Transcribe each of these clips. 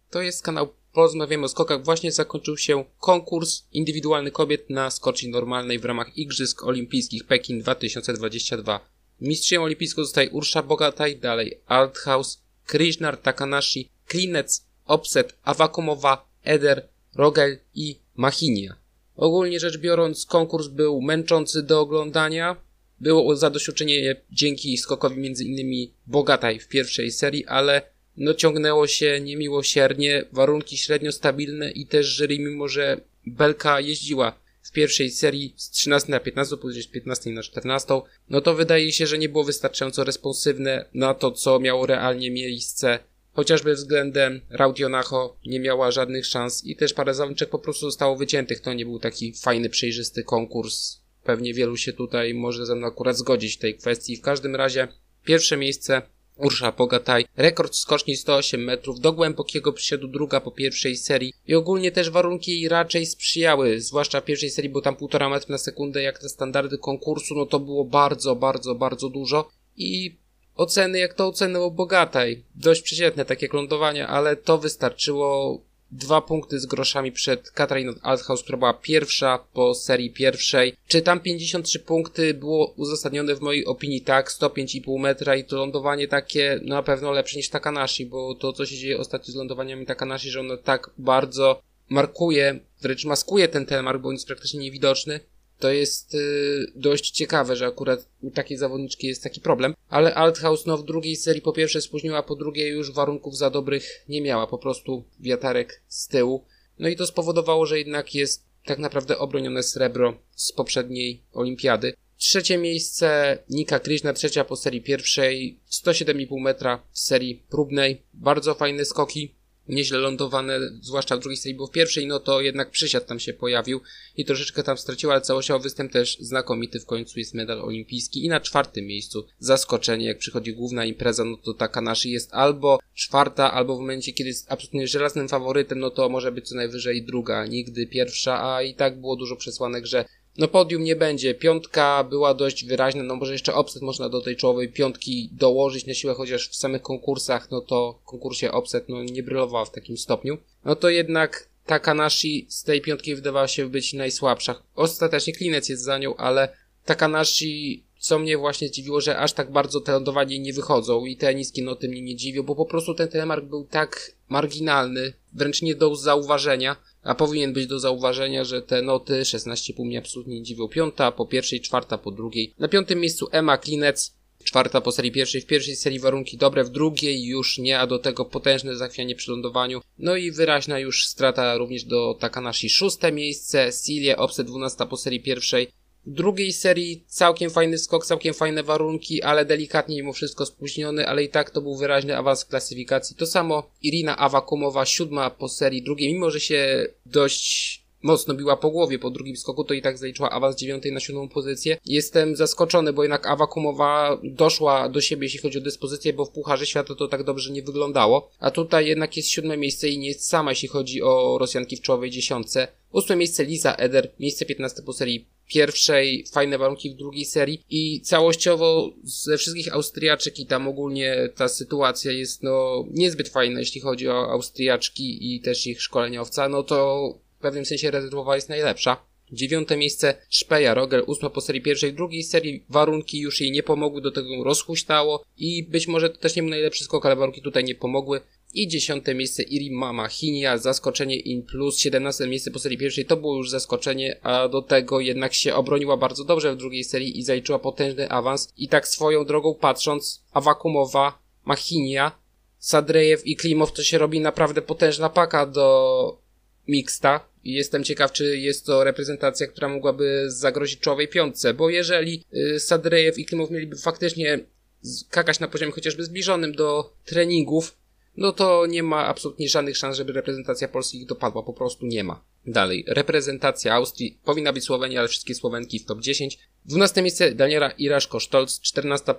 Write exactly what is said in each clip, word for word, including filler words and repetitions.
To jest kanał Porozmawiamy o skokach. Właśnie zakończył się konkurs indywidualny kobiet na skoczni normalnej w ramach Igrzysk Olimpijskich Pekin dwa tysiące dwadzieścia dwa. Mistrzem olimpijską zostaje Ursza Bogataj, dalej Althaus, Krishnar Takanashi, Klinec, Opset, Awakumowa, Eder, Rogel i Machinia. Ogólnie rzecz biorąc, konkurs był męczący do oglądania. Było zadośćuczynienie dzięki skokowi między innymi Bogataj w pierwszej serii, ale no ciągnęło się niemiłosiernie, warunki średnio stabilne i też jury, mimo że belka jeździła w pierwszej serii z trzynastej na piętnastą, później z piętnastej na czternastą, no to wydaje się, że nie było wystarczająco responsywne na to, co miało realnie miejsce. Chociażby względem Rautionacho nie miała żadnych szans i też parę zawodniczek po prostu zostało wyciętych. To nie był taki fajny, przejrzysty konkurs. Pewnie wielu się tutaj może ze mną akurat zgodzić w tej kwestii. W każdym razie pierwsze miejsce Ursza Bogataj, rekord skoczni sto osiem metrów, do głębokiego przysiadu druga po pierwszej serii i ogólnie też warunki jej raczej sprzyjały, zwłaszcza w pierwszej serii, bo tam półtora metra na sekundę jak te standardy konkursu, no to było bardzo, bardzo, bardzo dużo i oceny jak to oceny Bogataj, dość przeciętne tak jak lądowania, ale to wystarczyło. Dwa punkty z groszami przed Katariną Althaus, która była pierwsza po serii pierwszej. Czy tam pięćdziesiąt trzy punkty było uzasadnione? W mojej opinii tak, sto pięć i pół metra i to lądowanie takie no na pewno lepsze niż Takanashi, bo to co się dzieje ostatnio z lądowaniami Takanashi, że ono tak bardzo markuje, wręcz maskuje ten telemark, bo on jest praktycznie niewidoczny. To jest yy, dość ciekawe, że akurat u takiej zawodniczki jest taki problem, ale Althaus no w drugiej serii po pierwsze spóźniła, po drugie już warunków za dobrych nie miała, po prostu wiatarek z tyłu. No i to spowodowało, że jednak jest tak naprawdę obronione srebro z poprzedniej olimpiady. Trzecie miejsce Nika Krishna, trzecia po serii pierwszej, sto siedem i pół metra w serii próbnej. Bardzo fajne skoki. Nieźle lądowane, zwłaszcza w drugiej serii, bo w pierwszej no to jednak przysiad tam się pojawił i troszeczkę tam straciła, ale całościowo występ też znakomity, w końcu jest medal olimpijski. I na czwartym miejscu zaskoczenie, jak przychodzi główna impreza, no to Takanashi jest albo czwarta, albo w momencie, kiedy jest absolutnie żelaznym faworytem, no to może być co najwyżej druga, nigdy pierwsza, a i tak było dużo przesłanek, że no podium nie będzie. Piątka była dość wyraźna, no może jeszcze Opset można do tej czołowej piątki dołożyć na siłę, chociaż w samych konkursach, no to w konkursie Opset no nie brylował w takim stopniu. No to jednak Takanashi z tej piątki wydawała się być najsłabsza. Ostatecznie Klinec jest za nią, ale Takanashi, co mnie właśnie zdziwiło, że aż tak bardzo te lądowania nie wychodzą i te niskie noty mnie nie dziwią, bo po prostu ten telemark był tak marginalny, wręcz nie do zauważenia. A powinien być do zauważenia, że te noty szesnaście i pół mnie absolutnie nie dziwią. Piąta po pierwszej, czwarta po drugiej. Na piątym miejscu Emma Klinec, czwarta po serii pierwszej. W pierwszej serii warunki dobre, w drugiej już nie, a do tego potężne zachwianie przy lądowaniu. No i wyraźna już strata również do Takanashi. Szóste miejsce Silie, Opset dwunasta po serii pierwszej. W drugiej serii całkiem fajny skok, całkiem fajne warunki, ale delikatnie mimo wszystko spóźniony, ale i tak to był wyraźny awans w klasyfikacji. To samo Irina Awakumowa, siódma po serii drugiej, mimo że się dość mocno biła po głowie po drugim skoku, to i tak zaliczyła awans z dziewiątej na siódmą pozycję. Jestem zaskoczony, bo jednak Awakumowa doszła do siebie, jeśli chodzi o dyspozycję, bo w Pucharze Świata to tak dobrze nie wyglądało. A tutaj jednak jest siódme miejsce i nie jest sama, jeśli chodzi o Rosjanki w czołowej dziesiątce. Ósme miejsce Lisa Eder, miejsce piętnaste po serii pierwszej, fajne warunki w drugiej serii i całościowo ze wszystkich Austriaczek i tam ogólnie ta sytuacja jest no niezbyt fajna, jeśli chodzi o Austriaczki i też ich szkoleniowca, no to w pewnym sensie rezerwowa jest najlepsza. Dziewiąte miejsce Szpeja Rogel, ósma po serii pierwszej, w drugiej serii warunki już jej nie pomogły, do tego rozhuśtało i być może to też nie był najlepszy skok, ale warunki tutaj nie pomogły. I dziesiąte miejsce Irima Machinia, zaskoczenie in plus, siedemnaste miejsce po serii pierwszej, to było już zaskoczenie, a do tego jednak się obroniła bardzo dobrze w drugiej serii i zaliczyła potężny awans. I tak swoją drogą patrząc, Awakumowa, Machinia, Sadrejew i Klimow to się robi naprawdę potężna paka do mixta. I jestem ciekaw, czy jest to reprezentacja, która mogłaby zagrozić czołowej piątce, bo jeżeli y, Sadrejew i Klimow mieliby faktycznie skakać na poziomie chociażby zbliżonym do treningów, no to nie ma absolutnie żadnych szans, żeby reprezentacja Polski ich dopadła, po prostu nie ma. Dalej, reprezentacja Austrii, powinna być Słowenia, ale wszystkie Słowenki w top dziesięć. dwunaste miejsce Daniela Iraszko-Sztolc, czternasta po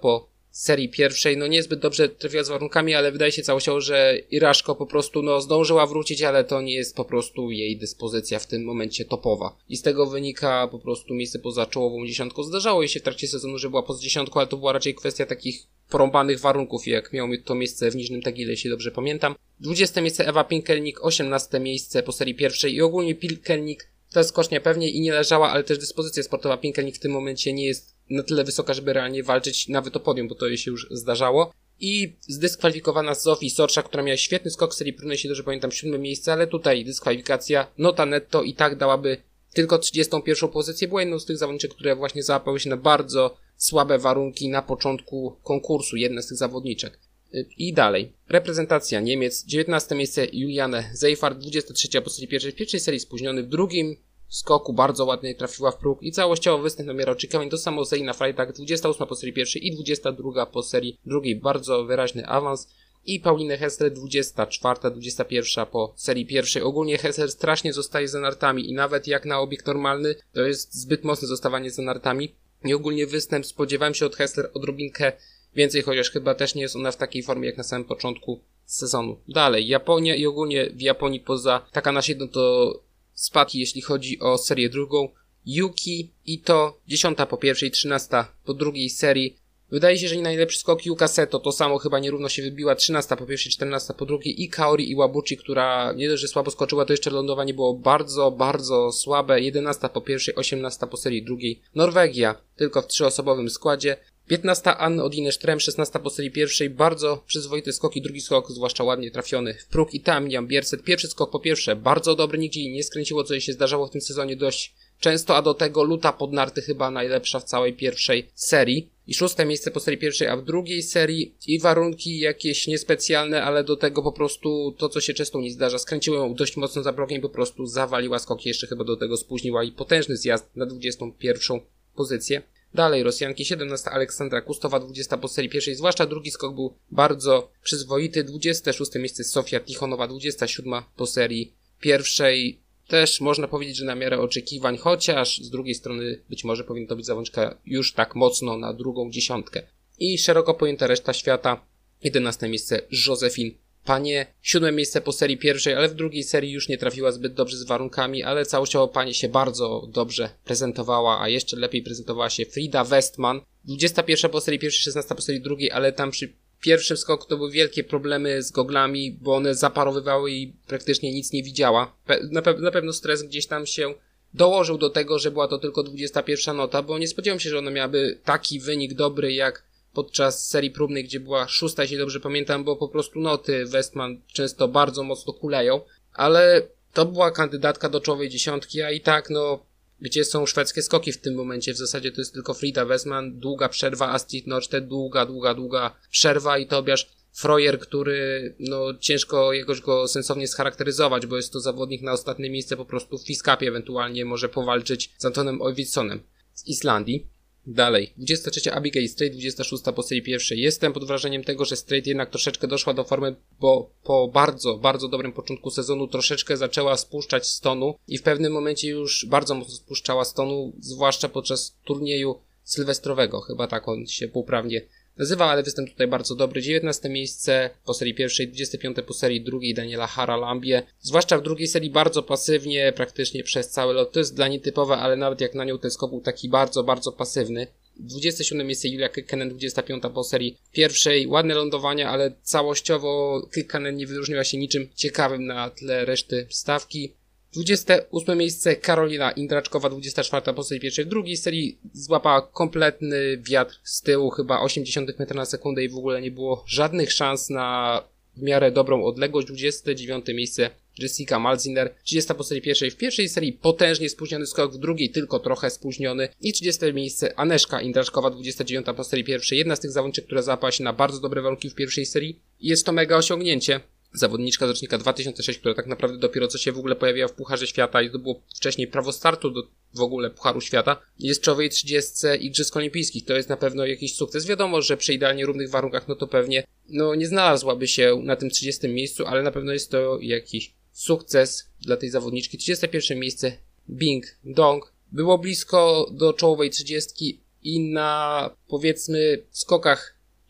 serii pierwszej, no niezbyt dobrze trafiła z warunkami, ale wydaje się całościowo, że Iraszko po prostu no zdążyła wrócić, ale to nie jest po prostu jej dyspozycja w tym momencie topowa. I z tego wynika po prostu miejsce poza czołową dziesiątką. Zdarzało jej się w trakcie sezonu, że była poza dziesiątką, ale to była raczej kwestia takich porąbanych warunków, jak miało to miejsce w Niżnym Tagile, jeśli dobrze pamiętam. dwudzieste miejsce Ewa Pinkelnik, osiemnaste miejsce po serii pierwszej i ogólnie Pinkelnik to jest skocznia pewnie i nie leżała, ale też dyspozycja sportowa Pinkelnik w tym momencie nie jest na tyle wysoka, żeby realnie walczyć nawet o podium, bo to jej się już zdarzało. I zdyskwalifikowana Zofii Sorczak, która miała świetny skok w serii próbnej, jeśli dobrze pamiętam, siódme miejsce, ale tutaj dyskwalifikacja, nota netto i tak dałaby tylko trzydziestą pierwszą pozycję. Była jedną z tych zawodniczek, które właśnie załapały się na bardzo słabe warunki na początku konkursu, jedna z tych zawodniczek. I dalej. Reprezentacja Niemiec, dziewiętnaste miejsce Juliane Seifert, dwudziesta trzecia po serii pierwszej, w pierwszej serii spóźniony, w drugim skoku bardzo ładnie trafiła w próg i całościowo występ na miarę oczekiwań. To samo Zeina Freitag, dwudziesta ósma po serii pierwszej i dwudziesta druga po serii drugiej, bardzo wyraźny awans. I Pauline Hessler, dwudziesta czwarta, dwudziesta pierwsza po serii pierwszej. Ogólnie Hessler strasznie zostaje za nartami i nawet jak na obiekt normalny, to jest zbyt mocne zostawanie za nartami. I ogólnie występ, spodziewałem się od Hessler odrobinkę więcej, chociaż chyba też nie jest ona w takiej formie jak na samym początku sezonu. Dalej, Japonia i ogólnie w Japonii poza Takanashi, no to spadki, jeśli chodzi o serię drugą. Yuki Ito, dziesiąta po pierwszej, trzynasta po drugiej serii. Wydaje się, że nie najlepszy skok. Yuka Seto, to samo chyba nierówno się wybiła, trzynasta po pierwszej, czternasta po drugiej. I Kaori Iwabuchi, która nie dość, że słabo skoczyła, to jeszcze lądowanie było bardzo, bardzo słabe. jedenasta po pierwszej, osiemnasta po serii drugiej. Norwegia, tylko w trzyosobowym składzie. piętnasta Anny Odine Sztrem, szesnasta po serii pierwszej, bardzo przyzwoity skok i drugi skok, zwłaszcza ładnie trafiony w próg. I tam Jan Bierset, pierwszy skok po pierwsze, bardzo dobry, nigdzie jej nie skręciło, co jej się zdarzało w tym sezonie dość często, a do tego luta pod narty chyba najlepsza w całej pierwszej serii. I szóste miejsce po serii pierwszej, a w drugiej serii i warunki jakieś niespecjalne, ale do tego po prostu to, co się często nie zdarza, skręciło ją dość mocno za progiem i po prostu zawaliła skok, jeszcze chyba do tego spóźniła i potężny zjazd na dwudziestą pierwszą pozycję. Dalej Rosjanki, siedemnasta Aleksandra Kustowa, dwudziesta po serii pierwszej, zwłaszcza drugi skok był bardzo przyzwoity, dwudzieste szóste miejsce Sofia Tichonowa, dwudziesta siódma po serii pierwszej, też można powiedzieć, że na miarę oczekiwań, chociaż z drugiej strony być może powinna to być zawodniczka już tak mocno na drugą dziesiątkę. I szeroko pojęta reszta świata, jedenaste miejsce Josephine Panie, siódme miejsce po serii pierwszej, ale w drugiej serii już nie trafiła zbyt dobrze z warunkami, ale całościowo Panie się bardzo dobrze prezentowała, a jeszcze lepiej prezentowała się Frida Westman. dwudziesta pierwsza po serii pierwszej, szesnasta po serii drugiej, ale tam przy pierwszym skoku to były wielkie problemy z goglami, bo one zaparowywały i praktycznie nic nie widziała. Pe- na, pe- na pewno stres gdzieś tam się dołożył do tego, że była to tylko dwudziesta pierwsza nota, bo nie spodziewałem się, że ona miałaby taki wynik dobry jak podczas serii próbnej, gdzie była szósta, jeśli dobrze pamiętam, bo po prostu noty Westman często bardzo mocno kuleją, ale to była kandydatka do czołowej dziesiątki, a i tak no, gdzie są szwedzkie skoki w tym momencie? W zasadzie to jest tylko Frida Westman, długa przerwa, Astrid Norstedt, długa, długa, długa przerwa i Tobiasz Freuer, który no ciężko jakoś go sensownie scharakteryzować, bo jest to zawodnik na ostatnie miejsce po prostu w Fiskapie, ewentualnie może powalczyć z Antonem Ojwidsonem z Islandii. Dalej, dwudziesta trzecia Abigail Strait, dwudziesta szósta po serii pierwszej. Jestem pod wrażeniem tego, że Strait jednak troszeczkę doszła do formy, bo po bardzo, bardzo dobrym początku sezonu troszeczkę zaczęła spuszczać z tonu i w pewnym momencie już bardzo mocno spuszczała z tonu, zwłaszcza podczas turnieju sylwestrowego, chyba tak on się poprawnie nazywa, ale występ tutaj bardzo dobry. dziewiętnaste miejsce po serii pierwszej, dwudzieste piąte po serii drugiej Daniela Haralambie. Zwłaszcza w drugiej serii bardzo pasywnie, praktycznie przez cały lot. To jest dla niej typowe, ale nawet jak na nią ten skok był taki bardzo, bardzo pasywny. dwudzieste siódme miejsce Julia Kekkonen, dwudziesta piąta po serii pierwszej. Ładne lądowania, ale całościowo Kekkonen nie wyróżniła się niczym ciekawym na tle reszty stawki. dwudzieste ósme miejsce Karolina Indraczkowa, dwudziesta czwarta po serii pierwszej. W drugiej serii złapała kompletny wiatr z tyłu, chyba osiemdziesiąt metrów na sekundę i w ogóle nie było żadnych szans na w miarę dobrą odległość. dwudzieste dziewiąte miejsce Jessica Malziner, trzydziesta po serii pierwszej. W pierwszej serii potężnie spóźniony skok, w drugiej tylko trochę spóźniony. I trzydzieste miejsce Aneszka Indraczkowa, dwudziesta dziewiąta po serii pierwszej. Jedna z tych zawodniczek, która załapała się na bardzo dobre warunki w pierwszej serii. I jest to mega osiągnięcie. Zawodniczka z rocznika dwa tysiące szóstego, która tak naprawdę dopiero co się w ogóle pojawiła w Pucharze Świata i to było wcześniej prawo startu do w ogóle Pucharu Świata. Jest w czołowej trzydziestce Igrzysk Olimpijskich. To jest na pewno jakiś sukces. Wiadomo, że przy idealnie równych warunkach, no to pewnie no nie znalazłaby się na tym trzydziestym miejscu, ale na pewno jest to jakiś sukces dla tej zawodniczki. trzydzieste pierwsze miejsce Bing Dong. Było blisko do czołowej trzydziestki i na powiedzmy skokach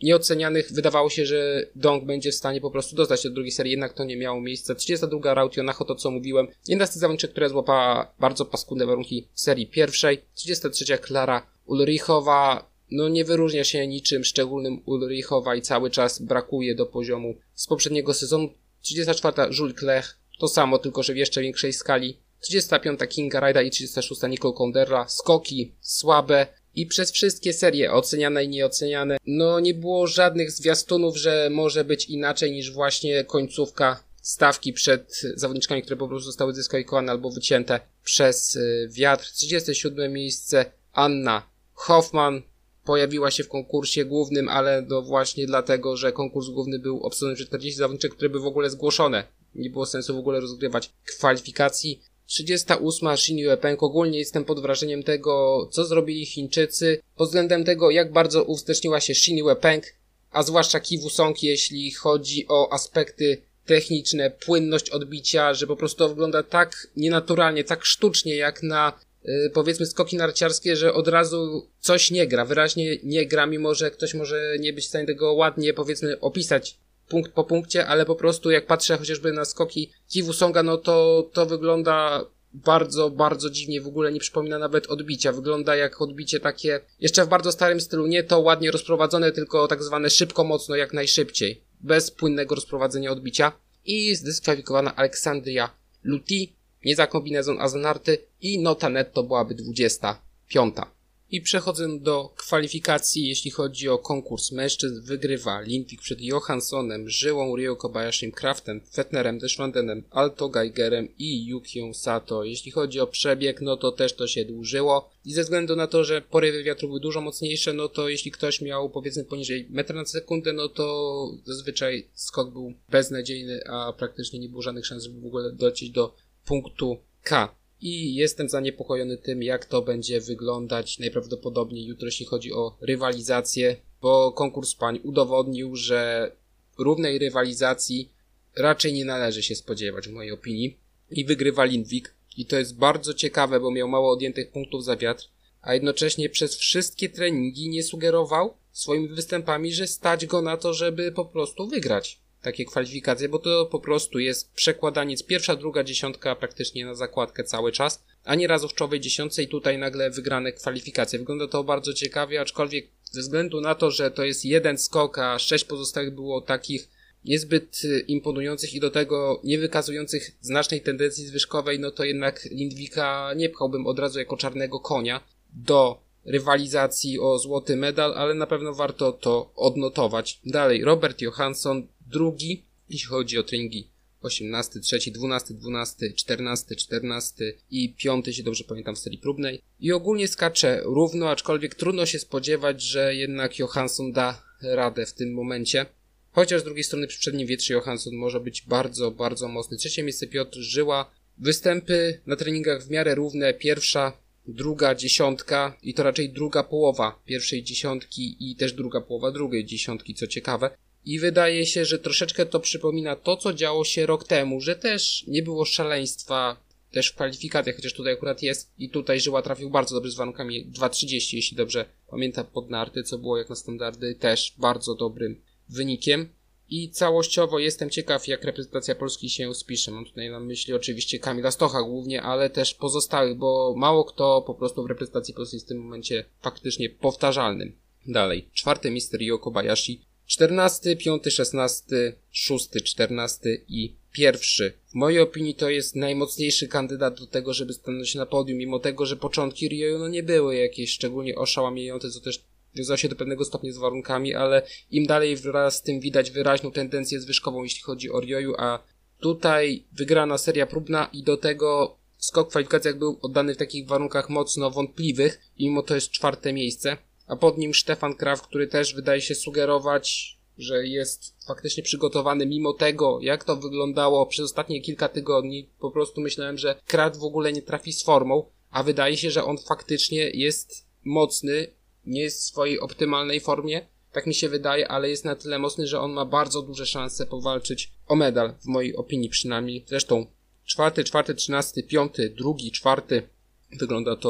nieocenianych. Wydawało się, że Dong będzie w stanie po prostu dostać się do drugiej serii, jednak to nie miało miejsca. trzydziesta druga Rao Tionaho, to co mówiłem. Jedna z tych zawodniczek, która złapała bardzo paskudne warunki w serii pierwszej. trzydziesta trzecia Klara Ulrichowa. No nie wyróżnia się niczym szczególnym Ulrichowa i cały czas brakuje do poziomu z poprzedniego sezonu. trzydziesta czwarta Jules Clerc. To samo, tylko że w jeszcze większej skali. trzydziesta piąta Kinga Rajda i trzydziesta szósta Nicole Konderla. Skoki słabe. I przez wszystkie serie, oceniane i nieoceniane, no nie było żadnych zwiastunów, że może być inaczej niż właśnie końcówka stawki przed zawodniczkami, które po prostu zostały dyskwalifikowane albo wycięte przez wiatr. trzydzieste siódme miejsce Anna Hoffman pojawiła się w konkursie głównym, ale to właśnie dlatego, że konkurs główny był obsadzony przez czterdzieści zawodniczek, które były w ogóle zgłoszone. Nie było sensu w ogóle rozgrywać kwalifikacji. trzydziesta ósma Shin Yue-Peng. Ogólnie jestem pod wrażeniem tego, co zrobili Chińczycy pod względem tego, jak bardzo uwsteczniła się Shin Yue-Peng, a zwłaszcza Ki Woo-Sung, jeśli chodzi o aspekty techniczne, płynność odbicia, że po prostu to wygląda tak nienaturalnie, tak sztucznie, jak na yy, powiedzmy skoki narciarskie, że od razu coś nie gra, wyraźnie nie gra, mimo że ktoś może nie być w stanie tego ładnie, powiedzmy, opisać punkt po punkcie, ale po prostu jak patrzę chociażby na skoki Ki Woo-Sunga, no to to wygląda bardzo, bardzo dziwnie, w ogóle nie przypomina nawet odbicia, wygląda jak odbicie takie jeszcze w bardzo starym stylu, nie to ładnie rozprowadzone, tylko tak zwane szybko, mocno, jak najszybciej, bez płynnego rozprowadzenia odbicia. I zdyskwalifikowana Aleksandria Luti, nie za kombinezon, a za narty, i nota netto byłaby dwudziesta piąta. I przechodzę do kwalifikacji, jeśli chodzi o konkurs mężczyzn. Wygrywa Lindvik przed Johanssonem, Żyłą, Ryo Kobayashim, Kraftem, Fettnerem, Deschwandenem, Alto Geigerem i Yukią Sato. Jeśli chodzi o przebieg, no to też to się dłużyło. I ze względu na to, że porywy wiatru były dużo mocniejsze, no to jeśli ktoś miał powiedzmy poniżej metra na sekundę, no to zazwyczaj skok był beznadziejny, a praktycznie nie było żadnych szans, żeby w ogóle dolecieć do punktu K. I jestem zaniepokojony tym, jak to będzie wyglądać najprawdopodobniej jutro, jeśli chodzi o rywalizację, bo konkurs pań udowodnił, że równej rywalizacji raczej nie należy się spodziewać w mojej opinii. I wygrywa Lindvik. I to jest bardzo ciekawe, bo miał mało odjętych punktów za wiatr, a jednocześnie przez wszystkie treningi nie sugerował swoimi występami, że stać go na to, żeby po prostu wygrać takie kwalifikacje, bo to po prostu jest przekładaniec pierwsza, druga dziesiątka praktycznie na zakładkę cały czas, a nie razu w czołowej dziesiątce i tutaj nagle wygrane kwalifikacje. Wygląda to bardzo ciekawie, aczkolwiek ze względu na to, że to jest jeden skok, a sześć pozostałych było takich niezbyt imponujących i do tego nie wykazujących znacznej tendencji zwyżkowej, no to jednak Lindvika nie pchałbym od razu jako czarnego konia do rywalizacji o złoty medal, ale na pewno warto to odnotować. Dalej, Robert Johansson, drugi, jeśli chodzi o treningi osiemnasty, trzeci, dwunasty, dwunasty, czternasty, czternasty i piąty, jeśli dobrze pamiętam, w serii próbnej. I ogólnie skacze równo, aczkolwiek trudno się spodziewać, że jednak Johansson da radę w tym momencie. Chociaż z drugiej strony przy przednim wietrze Johansson może być bardzo, bardzo mocny. Trzecie miejsce Piotr Żyła. Występy na treningach w miarę równe. Pierwsza, druga dziesiątka i to raczej druga połowa pierwszej dziesiątki i też druga połowa drugiej dziesiątki, co ciekawe. I wydaje się, że troszeczkę to przypomina to, co działo się rok temu, że też nie było szaleństwa też w kwalifikacjach, chociaż tutaj akurat jest i tutaj Żyła trafił bardzo dobrze z warunkami dwa trzydzieści, jeśli dobrze pamiętam, pod narty, co było jak na standardy też bardzo dobrym wynikiem. I całościowo jestem ciekaw, jak reprezentacja Polski się spisze. Mam tutaj na myśli oczywiście Kamila Stocha głównie, ale też pozostałych, bo mało kto po prostu w reprezentacji Polski jest w tym momencie faktycznie powtarzalnym. Dalej, czwarty miejsce Ryo Kobayashi, czternasty, piąty, szesnasty, szósty, czternasty i pierwszy. W mojej opinii to jest najmocniejszy kandydat do tego, żeby stanąć na podium, mimo tego, że początki Ryo no nie były jakieś szczególnie oszałamiające, co też wiązało się do pewnego stopnia z warunkami, ale im dalej wraz z tym widać wyraźną tendencję zwyżkową, jeśli chodzi o Ryoju, a tutaj wygrana seria próbna i do tego skok w kwalifikacjach był oddany w takich warunkach mocno wątpliwych, i mimo to jest czwarte miejsce, a pod nim Stefan Kraft, który też wydaje się sugerować, że jest faktycznie przygotowany, mimo tego, jak to wyglądało przez ostatnie kilka tygodni. Po prostu myślałem, że Kraft w ogóle nie trafi z formą, a wydaje się, że on faktycznie jest mocny, nie jest w swojej optymalnej formie, tak mi się wydaje, ale jest na tyle mocny, że on ma bardzo duże szanse powalczyć o medal, w mojej opinii przynajmniej. Zresztą czwarty, czwarty, trzynasty, piąty, drugi, czwarty, wygląda to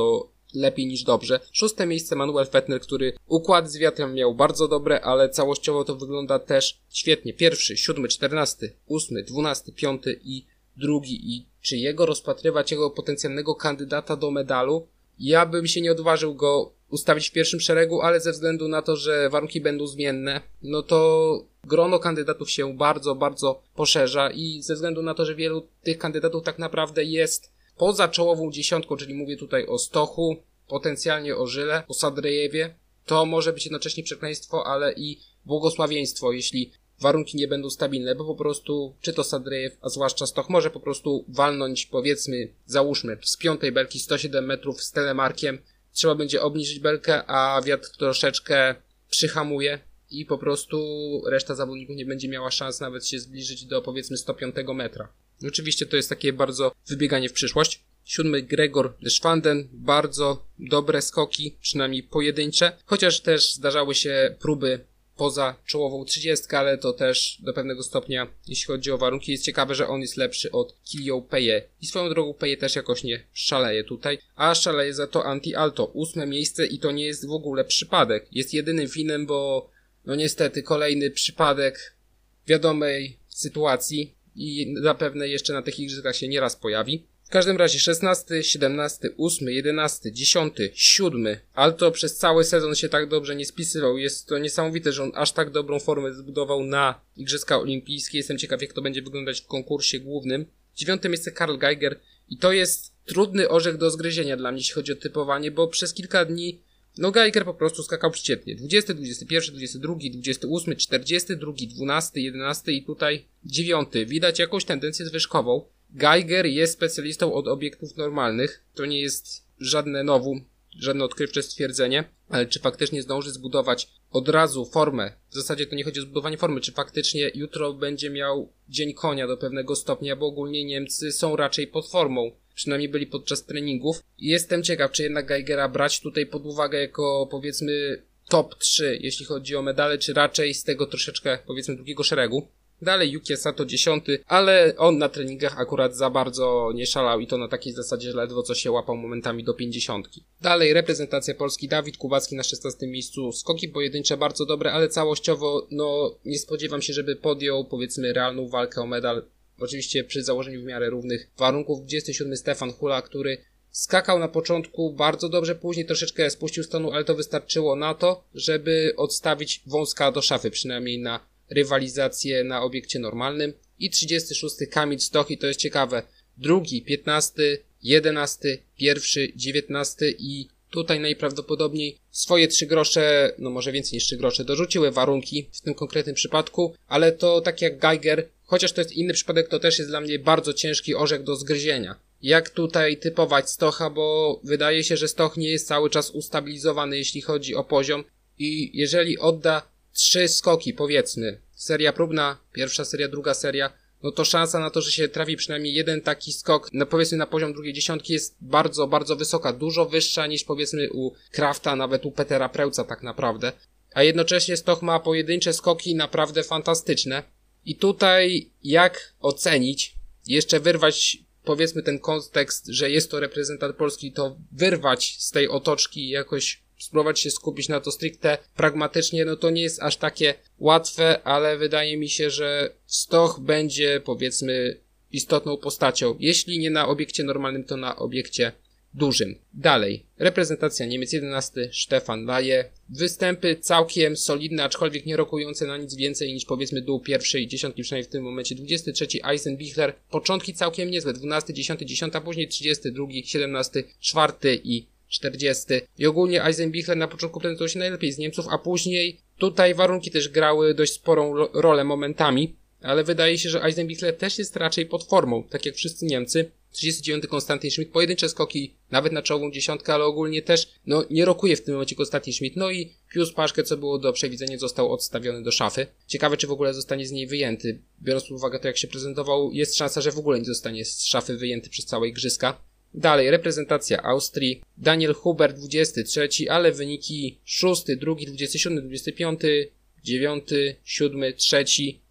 lepiej niż dobrze. Szóste miejsce Manuel Fettner, który układ z wiatrem miał bardzo dobre, ale całościowo to wygląda też świetnie. Pierwszy, siódmy, czternasty, ósmy, dwunasty, piąty i drugi. I czy jego rozpatrywać jako potencjalnego kandydata do medalu? Ja bym się nie odważył go ustawić w pierwszym szeregu, ale ze względu na to, że warunki będą zmienne, no to grono kandydatów się bardzo, bardzo poszerza i ze względu na to, że wielu tych kandydatów tak naprawdę jest poza czołową dziesiątką, czyli mówię tutaj o Stochu, potencjalnie o Żyle, o Sadrejewie, to może być jednocześnie przekleństwo, ale i błogosławieństwo, jeśli warunki nie będą stabilne, bo po prostu czy to Sadrejew, a zwłaszcza Stoch może po prostu walnąć, powiedzmy, załóżmy, z piątej belki sto siedem metrów z telemarkiem, trzeba będzie obniżyć belkę, a wiatr troszeczkę przyhamuje i po prostu reszta zawodników nie będzie miała szans nawet się zbliżyć do, powiedzmy, sto piątego metra. Oczywiście to jest takie bardzo wybieganie w przyszłość. Siódmy Gregor Deschwanden, bardzo dobre skoki, przynajmniej pojedyncze, chociaż też zdarzały się próby poza czołową trzydziestkę, ale to też do pewnego stopnia, jeśli chodzi o warunki, jest ciekawe, że on jest lepszy od Kilio Peje. I swoją drogą Peje też jakoś nie szaleje tutaj, a szaleje za to Antti Aalto. Ósme miejsce i to nie jest w ogóle przypadek. Jest jedynym Finem, bo no niestety kolejny przypadek wiadomej sytuacji i zapewne jeszcze na tych igrzyskach się nieraz pojawi. W każdym razie szesnasty, siedemnasty, ósmy, jedenasty, dziesiąty, siódmy. Aalto przez cały sezon się tak dobrze nie spisywał. Jest to niesamowite, że on aż tak dobrą formę zbudował na Igrzyska Olimpijskie. Jestem ciekaw, jak to będzie wyglądać w konkursie głównym. Dziewiąte miejsce Karl Geiger i to jest trudny orzech do zgryzienia dla mnie, jeśli chodzi o typowanie, bo przez kilka dni no Geiger po prostu skakał przeciętnie. dwudziesty, dwudziesty pierwszy, dwudziesty drugi, dwudziesty ósmy, czterdziesty drugi, dwunasty, jedenasty i tutaj dziewiąty. Widać jakąś tendencję zwyżkową. Geiger jest specjalistą od obiektów normalnych. To nie jest żadne nowum, żadne odkrywcze stwierdzenie, ale czy faktycznie zdąży zbudować od razu formę? W zasadzie to nie chodzi o zbudowanie formy, czy faktycznie jutro będzie miał dzień konia do pewnego stopnia, bo ogólnie Niemcy są raczej pod formą. Przynajmniej byli podczas treningów. I jestem ciekaw, czy jednak Geigera brać tutaj pod uwagę jako, powiedzmy, top trzy, jeśli chodzi o medale, czy raczej z tego troszeczkę, powiedzmy, drugiego szeregu. Dalej Yuki Sato dziesiąty, ale on na treningach akurat za bardzo nie szalał i to na takiej zasadzie, że ledwo co się łapał momentami do pięćdziesiątki. Dalej reprezentacja Polski, Dawid Kubacki na szesnastym miejscu, skoki pojedyncze bardzo dobre, ale całościowo no nie spodziewam się, żeby podjął, powiedzmy, realną walkę o medal. Oczywiście przy założeniu w miarę równych warunków. dwudziesty siódmy Stefan Hula, który skakał na początku bardzo dobrze, później troszeczkę spuścił stanu, ale to wystarczyło na to, żeby odstawić wąska do szafy, przynajmniej na rywalizację na obiekcie normalnym. I trzydziesty szósty Kamil Stoch i to jest ciekawe. Drugi, piętnasty, jedenasty, pierwszy, dziewiętnasty i tutaj najprawdopodobniej swoje trzy grosze, no może więcej niż trzy grosze, dorzuciły warunki w tym konkretnym przypadku, ale to tak jak Geiger, chociaż to jest inny przypadek, to też jest dla mnie bardzo ciężki orzech do zgryzienia. Jak tutaj typować Stocha, bo wydaje się, że Stoch nie jest cały czas ustabilizowany, jeśli chodzi o poziom i jeżeli odda trzy skoki, powiedzmy, seria próbna, pierwsza seria, druga seria, no to szansa na to, że się trafi przynajmniej jeden taki skok, no powiedzmy na poziom drugiej dziesiątki jest bardzo, bardzo wysoka, dużo wyższa niż powiedzmy u Krafta, nawet u Petera Prełca tak naprawdę. A jednocześnie Stoch ma pojedyncze skoki naprawdę fantastyczne. I tutaj jak ocenić, jeszcze wyrwać powiedzmy ten kontekst, że jest to reprezentant Polski, to wyrwać z tej otoczki i jakoś spróbować się skupić na to stricte pragmatycznie, no to nie jest aż takie łatwe, ale wydaje mi się, że Stoch będzie powiedzmy istotną postacią, jeśli nie na obiekcie normalnym, to na obiekcie dużym. Dalej, reprezentacja Niemiec, jedenasty Stefan Laje, występy całkiem solidne, aczkolwiek nie rokujące na nic więcej niż powiedzmy dół pierwszej dziesiątki, przynajmniej w tym momencie. dwudziesty trzeci Eisenbichler, początki całkiem niezłe, dwunasty, dziesiąty, dziesiąty, a później trzydziesty drugi, siedemnasty, czwarty i czterdziesty. I ogólnie Eisenbichler na początku prezentował się najlepiej z Niemców, a później tutaj warunki też grały dość sporą ro- rolę momentami, ale wydaje się, że Eisenbichler też jest raczej pod formą, tak jak wszyscy Niemcy. trzydziesty dziewiąty Konstantin Schmidt, pojedyncze skoki nawet na czołową dziesiątkę, ale ogólnie też no nie rokuje w tym momencie Konstantin Schmidt. No i Pius Paszke, co było do przewidzenia, został odstawiony do szafy. Ciekawe, czy w ogóle zostanie z niej wyjęty. Biorąc pod uwagę to, jak się prezentował, jest szansa, że w ogóle nie zostanie z szafy wyjęty przez całe igrzyska. Dalej, reprezentacja Austrii, Daniel Huber dwudziesty trzeci, ale wyniki szósty, drugi, dwudziesty siódmy, dwudziesty piąty, dziewiąty, siódmy, trzeci.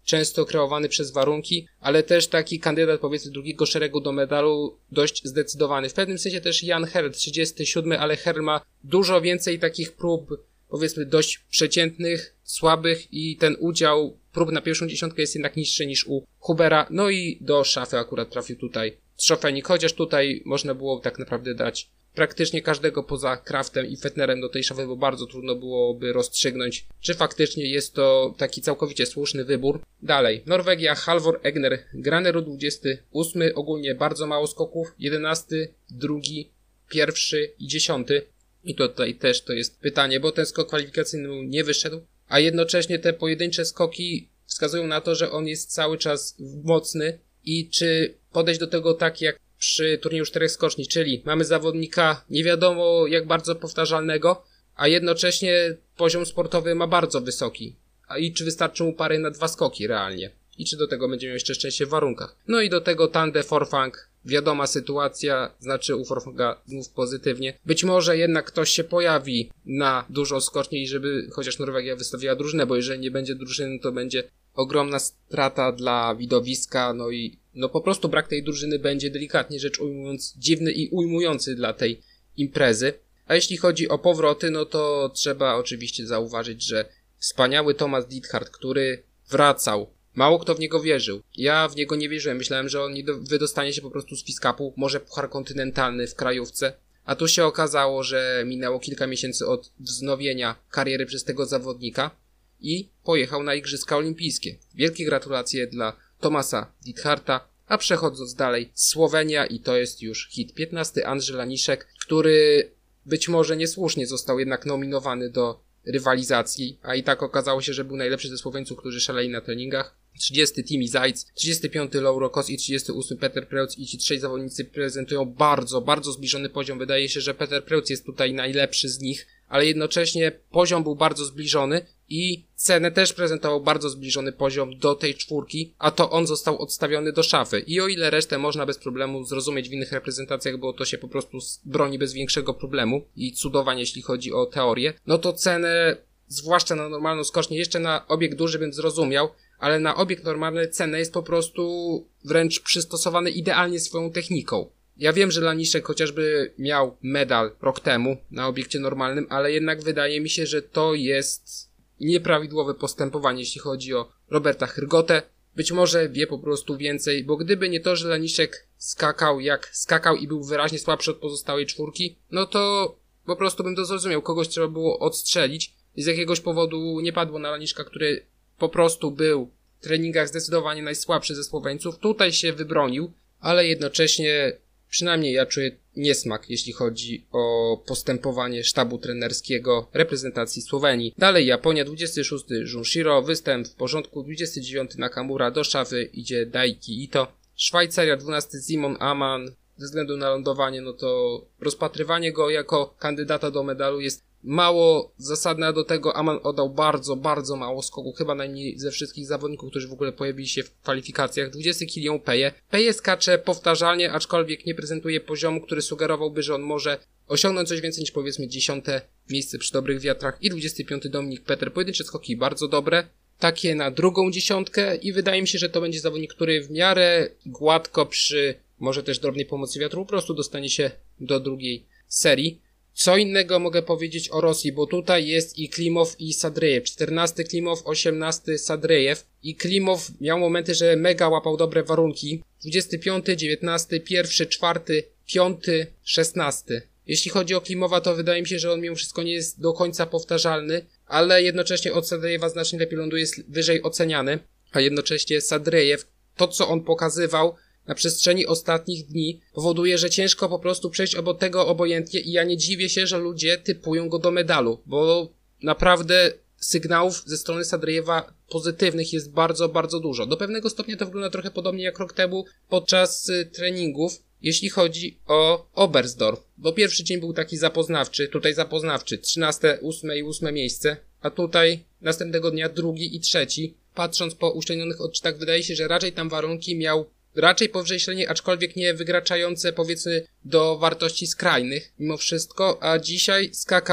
często kreowany przez warunki, ale też taki kandydat powiedzmy drugiego szeregu do medalu dość zdecydowany. W pewnym sensie też Jan Herl, trzydziesty siódmy, ale Herl ma dużo więcej takich prób powiedzmy dość przeciętnych, słabych i ten udział prób na pierwszą dziesiątkę jest jednak niższy niż u Hubera. No i do szafy akurat trafił tutaj Trzofenik, chociaż tutaj można było tak naprawdę dać praktycznie każdego poza Kraftem i Fetnerem do tej szafy, bo bardzo trudno byłoby rozstrzygnąć, czy faktycznie jest to taki całkowicie słuszny wybór. Dalej, Norwegia, Halvor Egner, Granerud dwudziesty ósmy, ogólnie bardzo mało skoków, jedenasty, drugi, pierwszy i dziesiąty. I tutaj też to jest pytanie, bo ten skok kwalifikacyjny mu nie wyszedł, a jednocześnie te pojedyncze skoki wskazują na to, że on jest cały czas mocny i czy podejść do tego tak jak przy turnieju czterech skoczni, czyli mamy zawodnika nie wiadomo jak bardzo powtarzalnego, a jednocześnie poziom sportowy ma bardzo wysoki. A i czy wystarczy mu pary na dwa skoki realnie? I czy do tego będzie miał jeszcze szczęście w warunkach? No i do tego Tande Forfang, wiadoma sytuacja, znaczy u Forfanga znów pozytywnie. Być może jednak ktoś się pojawi na dużo skoczni i żeby chociaż Norwegia wystawiła drużynę, bo jeżeli nie będzie drużyny, to będzie ogromna strata dla widowiska, no i no po prostu brak tej drużyny będzie delikatnie rzecz ujmując dziwny i ujmujący dla tej imprezy. A jeśli chodzi o powroty, no to trzeba oczywiście zauważyć, że wspaniały Thomas Diethard, który wracał, mało kto w niego wierzył. Ja w niego nie wierzyłem, myślałem, że on nie do, wydostanie się po prostu z Fiskapu, może puchar kontynentalny w krajówce, a tu się okazało, że minęło kilka miesięcy od wznowienia kariery przez tego zawodnika i pojechał na Igrzyska Olimpijskie. Wielkie gratulacje dla Thomasa Dietharta, a przechodząc dalej, Słowenia i to jest już hit piętnasty, Andrzej Laniszek, który być może niesłusznie został jednak nominowany do rywalizacji, a i tak okazało się, że był najlepszy ze Słoweńców, którzy szaleli na treningach. trzydziesty Timi Zajc, trzydziesty piąty Lauro Kos i trzydziesty ósmy Peter Preutz i ci trzej zawodnicy prezentują bardzo, bardzo zbliżony poziom. Wydaje się, że Peter Preutz jest tutaj najlepszy z nich, ale jednocześnie poziom był bardzo zbliżony i cenę też prezentował bardzo zbliżony poziom do tej czwórki, a to on został odstawiony do szafy. I o ile resztę można bez problemu zrozumieć w innych reprezentacjach, bo to się po prostu broni bez większego problemu i cudowań jeśli chodzi o teorię, no to cenę, zwłaszcza na normalną skocznię, jeszcze na obieg duży bym zrozumiał, ale na obieg normalny cenę jest po prostu wręcz przystosowany idealnie swoją techniką. Ja wiem, że Laniszek chociażby miał medal rok temu na obiekcie normalnym, ale jednak wydaje mi się, że to jest nieprawidłowe postępowanie, jeśli chodzi o Roberta Hrgotę. Być może wie po prostu więcej, bo gdyby nie to, że Laniszek skakał jak skakał i był wyraźnie słabszy od pozostałej czwórki, no to po prostu bym to zrozumiał. Kogoś trzeba było odstrzelić i z jakiegoś powodu nie padło na Laniszka, który po prostu był w treningach zdecydowanie najsłabszy ze Słoweńców. Tutaj się wybronił, ale jednocześnie przynajmniej ja czuję niesmak, jeśli chodzi o postępowanie sztabu trenerskiego reprezentacji Słowenii. Dalej Japonia, dwudziesty szósty Junshiro, występ w porządku, dwudziesty dziewiąty Nakamura, do szafy idzie Daiki Ito. Szwajcaria, dwunasty Simon Amann, ze względu na lądowanie, no to rozpatrywanie go jako kandydata do medalu jest mało zasadne, a do tego Amann oddał bardzo, bardzo mało skoku, chyba najmniej ze wszystkich zawodników, którzy w ogóle pojawili się w kwalifikacjach. dwudziesty Kilian Peje. Peje skacze powtarzalnie, aczkolwiek nie prezentuje poziomu, który sugerowałby, że on może osiągnąć coś więcej niż powiedzmy dziesiąte miejsce przy dobrych wiatrach. I dwudziesty piąty Dominik Peter. Pojedyncze skoki bardzo dobre, takie na drugą dziesiątkę i wydaje mi się, że to będzie zawodnik, który w miarę gładko przy może też drobnej pomocy wiatru po prostu dostanie się do drugiej serii. Co innego mogę powiedzieć o Rosji, bo tutaj jest i Klimow i Sadrejew. czternasty Klimow, osiemnasty Sadrejew. I Klimow miał momenty, że mega łapał dobre warunki. dwudziesty piąty, dziewiętnasty, pierwszy, czwarty, piąty, szesnasty. Jeśli chodzi o Klimowa, to wydaje mi się, że on mimo wszystko nie jest do końca powtarzalny, ale jednocześnie od Sadrejewa znacznie lepiej ląduje, jest wyżej oceniany. A jednocześnie Sadrejew, to co on pokazywał na przestrzeni ostatnich dni powoduje, że ciężko po prostu przejść obok tego obojętnie i ja nie dziwię się, że ludzie typują go do medalu, bo naprawdę sygnałów ze strony Sadrejewa pozytywnych jest bardzo, bardzo dużo. Do pewnego stopnia to wygląda trochę podobnie jak rok temu podczas y, treningów, jeśli chodzi o Oberstdorf, bo pierwszy dzień był taki zapoznawczy, tutaj zapoznawczy, trzynaste, ósme i ósme miejsce, a tutaj następnego dnia drugi i trzeci. Patrząc po uśrednionych odczytach wydaje się, że raczej tam warunki miał raczej powyżej średniej, aczkolwiek nie wygraczające powiedzmy do wartości skrajnych mimo wszystko, a dzisiaj skakał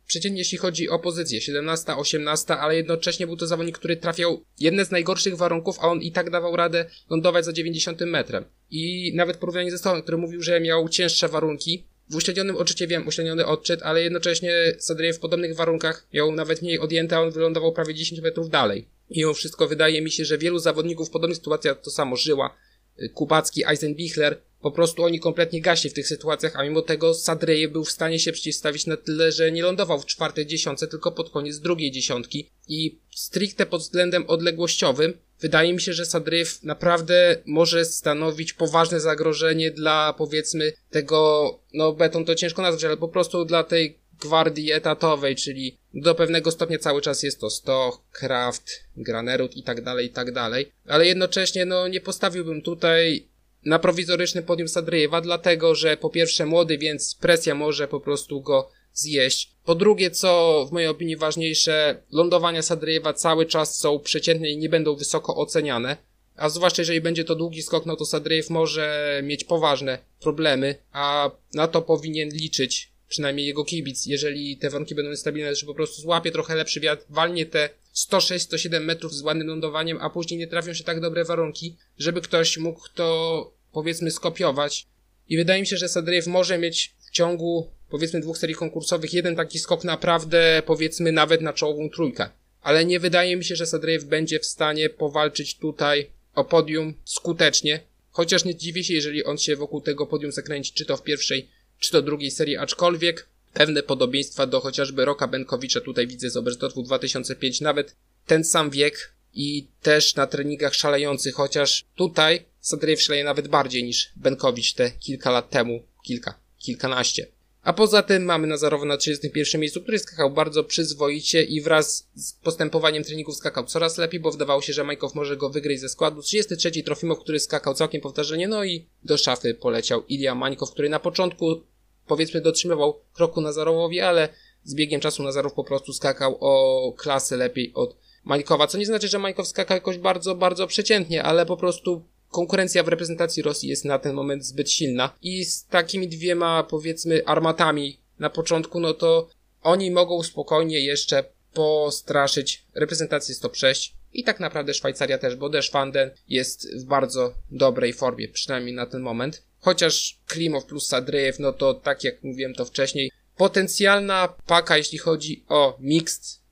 przeciętnie jeśli chodzi o pozycję, siedemnasta, osiemnasta, ale jednocześnie był to zawodnik, który trafiał jedne z najgorszych warunków, a on i tak dawał radę lądować za dziewięćdziesiątym metrem. I nawet porównanie ze Stołem, który mówił, że miał cięższe warunki, w uśrednionym odczycie wiem, uśredniony odczyt, ale jednocześnie Sadrejew w podobnych warunkach miał nawet mniej odjęte, a on wylądował prawie dziesięć metrów dalej. I mimo wszystko wydaje mi się, że wielu zawodników w podobnych sytuacjach to samo żyła. Kubacki, Eisenbichler, po prostu oni kompletnie gaśli w tych sytuacjach, a mimo tego Sadrejew był w stanie się przeciwstawić na tyle, że nie lądował w czwartej dziesiątce, tylko pod koniec drugiej dziesiątki. I stricte pod względem odległościowym wydaje mi się, że Sadrejew naprawdę może stanowić poważne zagrożenie dla, powiedzmy, tego, no beton to ciężko nazwać, ale po prostu dla tej gwardii etatowej, czyli do pewnego stopnia cały czas jest to Stoch, Kraft, Granerud i tak dalej, i tak dalej. Ale jednocześnie, no nie postawiłbym tutaj na prowizoryczny podium Sadrejewa, dlatego, że po pierwsze młody, więc presja może po prostu go zjeść. Po drugie, co w mojej opinii ważniejsze, lądowania Sadrejewa cały czas są przeciętne i nie będą wysoko oceniane. A zwłaszcza jeżeli będzie to długi skok, no to Sadrejew może mieć poważne problemy, a na to powinien liczyć przynajmniej jego kibic, jeżeli te warunki będą niestabilne, że po prostu złapie trochę lepszy wiatr, walnie te sto sześć sto siedem metrów z ładnym lądowaniem, a później nie trafią się tak dobre warunki, żeby ktoś mógł to, powiedzmy, skopiować. I wydaje mi się, że Sadrejew może mieć w ciągu, powiedzmy, dwóch serii konkursowych jeden taki skok naprawdę, powiedzmy, nawet na czołową trójkę. Ale nie wydaje mi się, że Sadrejew będzie w stanie powalczyć tutaj o podium skutecznie, chociaż nie dziwię się, jeżeli on się wokół tego podium zakręci, czy to w pierwszej, czy to drugiej serii, aczkolwiek pewne podobieństwa do chociażby Roka Benkowicza tutaj widzę z Oberstdorfu dwa tysiące piąty, nawet ten sam wiek i też na treningach szalejący, chociaż tutaj Sadrejew szaleje nawet bardziej niż Benkowicz te kilka lat temu, kilka, kilkanaście. A poza tym mamy Nazarowa na trzydziestym pierwszym miejscu, który skakał bardzo przyzwoicie i wraz z postępowaniem treningów skakał coraz lepiej, bo wydawało się, że Majkow może go wygryźć ze składu. trzydziesty trzeci Trofimow, który skakał całkiem powtarzalnie, no i do szafy poleciał Ilja Mańkow, który na początku, powiedzmy, dotrzymywał kroku Nazarowowi, ale z biegiem czasu Nazarow po prostu skakał o klasę lepiej od Mańkowa, co nie znaczy, że Mańkow skakał jakoś bardzo, bardzo przeciętnie, ale po prostu konkurencja w reprezentacji Rosji jest na ten moment zbyt silna i z takimi dwiema, powiedzmy, armatami na początku, no to oni mogą spokojnie jeszcze postraszyć reprezentację z top sześć i tak naprawdę Szwajcaria też, bo Der Schwanden jest w bardzo dobrej formie, przynajmniej na ten moment. Chociaż Klimow plus Sadrejew, no to tak jak mówiłem to wcześniej, potencjalna paka, jeśli chodzi o mixed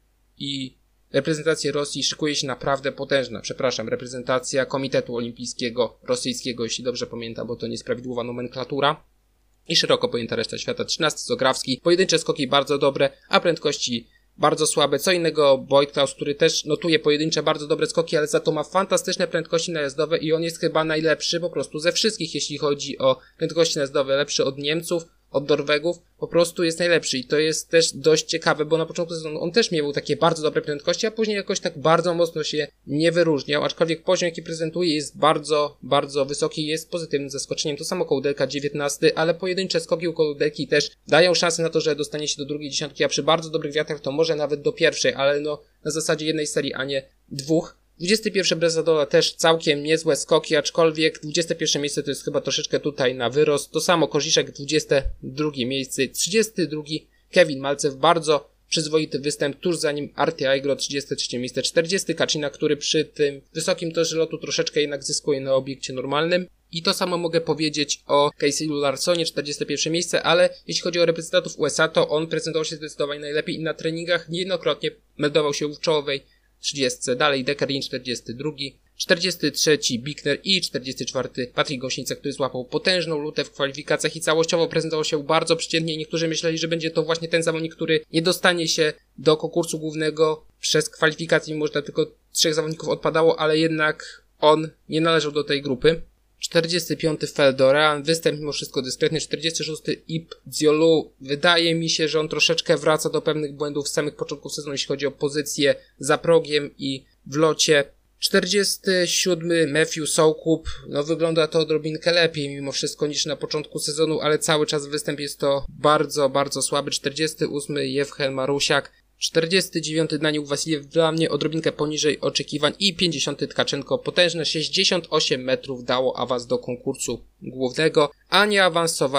i reprezentację Rosji, szykuje się naprawdę potężna. Przepraszam, reprezentacja Komitetu Olimpijskiego Rosyjskiego, jeśli dobrze pamiętam, bo to niesprawidłowa nomenklatura. I szeroko pojęta reszta świata. trzynasty Zograwski. Pojedyncze skoki bardzo dobre, a prędkości bardzo słabe. Co innego Boyd-Klaus, który też notuje pojedyncze bardzo dobre skoki, ale za to ma fantastyczne prędkości najazdowe i on jest chyba najlepszy po prostu ze wszystkich, jeśli chodzi o prędkości najazdowe. Lepszy od Niemców, od Norwegów, po prostu jest najlepszy i to jest też dość ciekawe, bo na początku sezonu on też miał takie bardzo dobre prędkości, a później jakoś tak bardzo mocno się nie wyróżniał, aczkolwiek poziom, jaki prezentuje, jest bardzo, bardzo wysoki i jest pozytywnym zaskoczeniem. To samo Kołdelka dziewiętnasty, ale pojedyncze skoki u Kołdelki też dają szansę na to, że dostanie się do drugiej dziesiątki, a przy bardzo dobrych wiatrach to może nawet do pierwszej, ale no na zasadzie jednej serii, a nie dwóch. dwudziesty pierwszy Brezadola też całkiem niezłe skoki, aczkolwiek dwudzieste pierwsze miejsce to jest chyba troszeczkę tutaj na wyrost. To samo Koziszek, dwudzieste drugie miejsce. trzydziesty drugi Kevin Malcew, bardzo przyzwoity występ, tuż za nim Artie Aigro, trzydzieste trzecie miejsce. czterdziesty Kacina, który przy tym wysokim torze lotu troszeczkę jednak zyskuje na obiekcie normalnym. I to samo mogę powiedzieć o Casey'u Larsonie, czterdzieste pierwsze miejsce, ale jeśli chodzi o reprezentantów U S A, to on prezentował się zdecydowanie najlepiej i na treningach niejednokrotnie meldował się w czołowej trzydziestce. Dalej Dekerin, czterdziesty drugi, czterdziesty trzeci Bickner i czterdziesty czwarty Patryk Gąsienica, który złapał potężną lutę w kwalifikacjach i całościowo prezentował się bardzo przeciętnie i niektórzy myśleli, że będzie to właśnie ten zawodnik, który nie dostanie się do konkursu głównego przez kwalifikacje, mimo że tam tylko trzech zawodników odpadało, ale jednak on nie należał do tej grupy. czterdziesty piąty Feldoran, występ mimo wszystko dyskretny. czterdziesty szósty Ip Dziolu, wydaje mi się, że on troszeczkę wraca do pewnych błędów z samych początków sezonu, jeśli chodzi o pozycję za progiem i w locie. czterdziesty siódmy Matthew Soukup, no wygląda to odrobinkę lepiej mimo wszystko niż na początku sezonu, ale cały czas występ jest to bardzo, bardzo słaby. czterdziesty ósmy Jewchen Marusiak, czterdziesty dziewiąty Daniel Wasiliew, dla mnie odrobinkę poniżej oczekiwań i pięćdziesiąty Tkaczenko, potężne sześćdziesiąt osiem metrów dało awans do konkursu głównego, a nie awansowali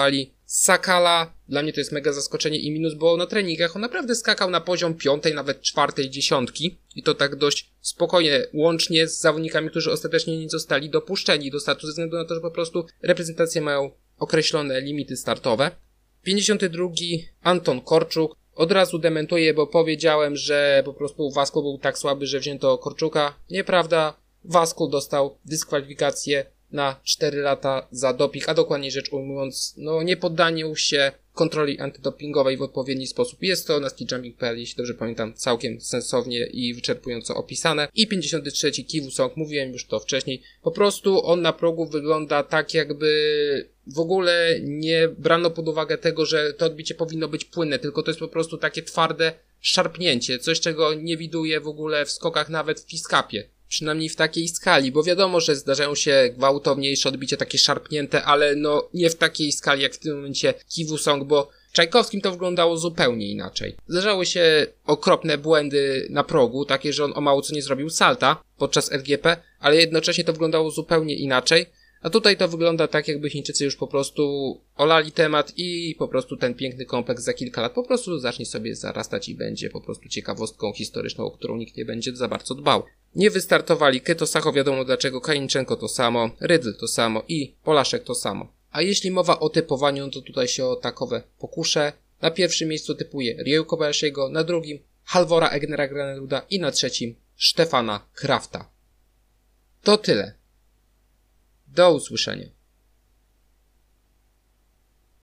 Sakala, dla mnie to jest mega zaskoczenie i minus, bo na treningach on naprawdę skakał na poziom piątej, nawet czwartej dziesiątki i to tak dość spokojnie, łącznie z zawodnikami, którzy ostatecznie nie zostali dopuszczeni do startu ze względu na to, że po prostu reprezentacje mają określone limity startowe. pięćdziesiąty drugi Anton Korczuk. Od razu dementuję, bo powiedziałem, że po prostu Vaskul był tak słaby, że wzięto Korczuka. Nieprawda, Vaskul dostał dyskwalifikację na cztery lata za doping, a dokładniej rzecz ujmując, no nie poddaniu się kontroli antydopingowej w odpowiedni sposób. Jest to na skijumping kropka p l, jeśli dobrze pamiętam, całkiem sensownie i wyczerpująco opisane. I pięćdziesiąty trzeci Kiwoo Song, mówiłem już to wcześniej, po prostu on na progu wygląda tak, jakby w ogóle nie brano pod uwagę tego, że to odbicie powinno być płynne, tylko to jest po prostu takie twarde szarpnięcie, coś czego nie widuję w ogóle w skokach nawet w Fiskapie. Przynajmniej w takiej skali, bo wiadomo, że zdarzają się gwałtowniejsze odbicie, takie szarpnięte, ale no nie w takiej skali jak w tym momencie Kiwoo Song, bo Czajkowskim to wyglądało zupełnie inaczej. Zdarzały się okropne błędy na progu, takie, że on o mało co nie zrobił salta podczas F G P, ale jednocześnie to wyglądało zupełnie inaczej. A tutaj to wygląda tak, jakby Chińczycy już po prostu olali temat i po prostu ten piękny kompleks za kilka lat po prostu zacznie sobie zarastać i będzie po prostu ciekawostką historyczną, o którą nikt nie będzie za bardzo dbał. Nie wystartowali Keto Sacho, wiadomo dlaczego, Kalinczenko to samo, Rydl to samo i Polaszek to samo. A jeśli mowa o typowaniu, to tutaj się o takowe pokuszę. Na pierwszym miejscu typuje Ryu Kobayashiego, na drugim Halvora Egnera Graneluda i na trzecim Stefana Krafta. To tyle. Do usłyszenia.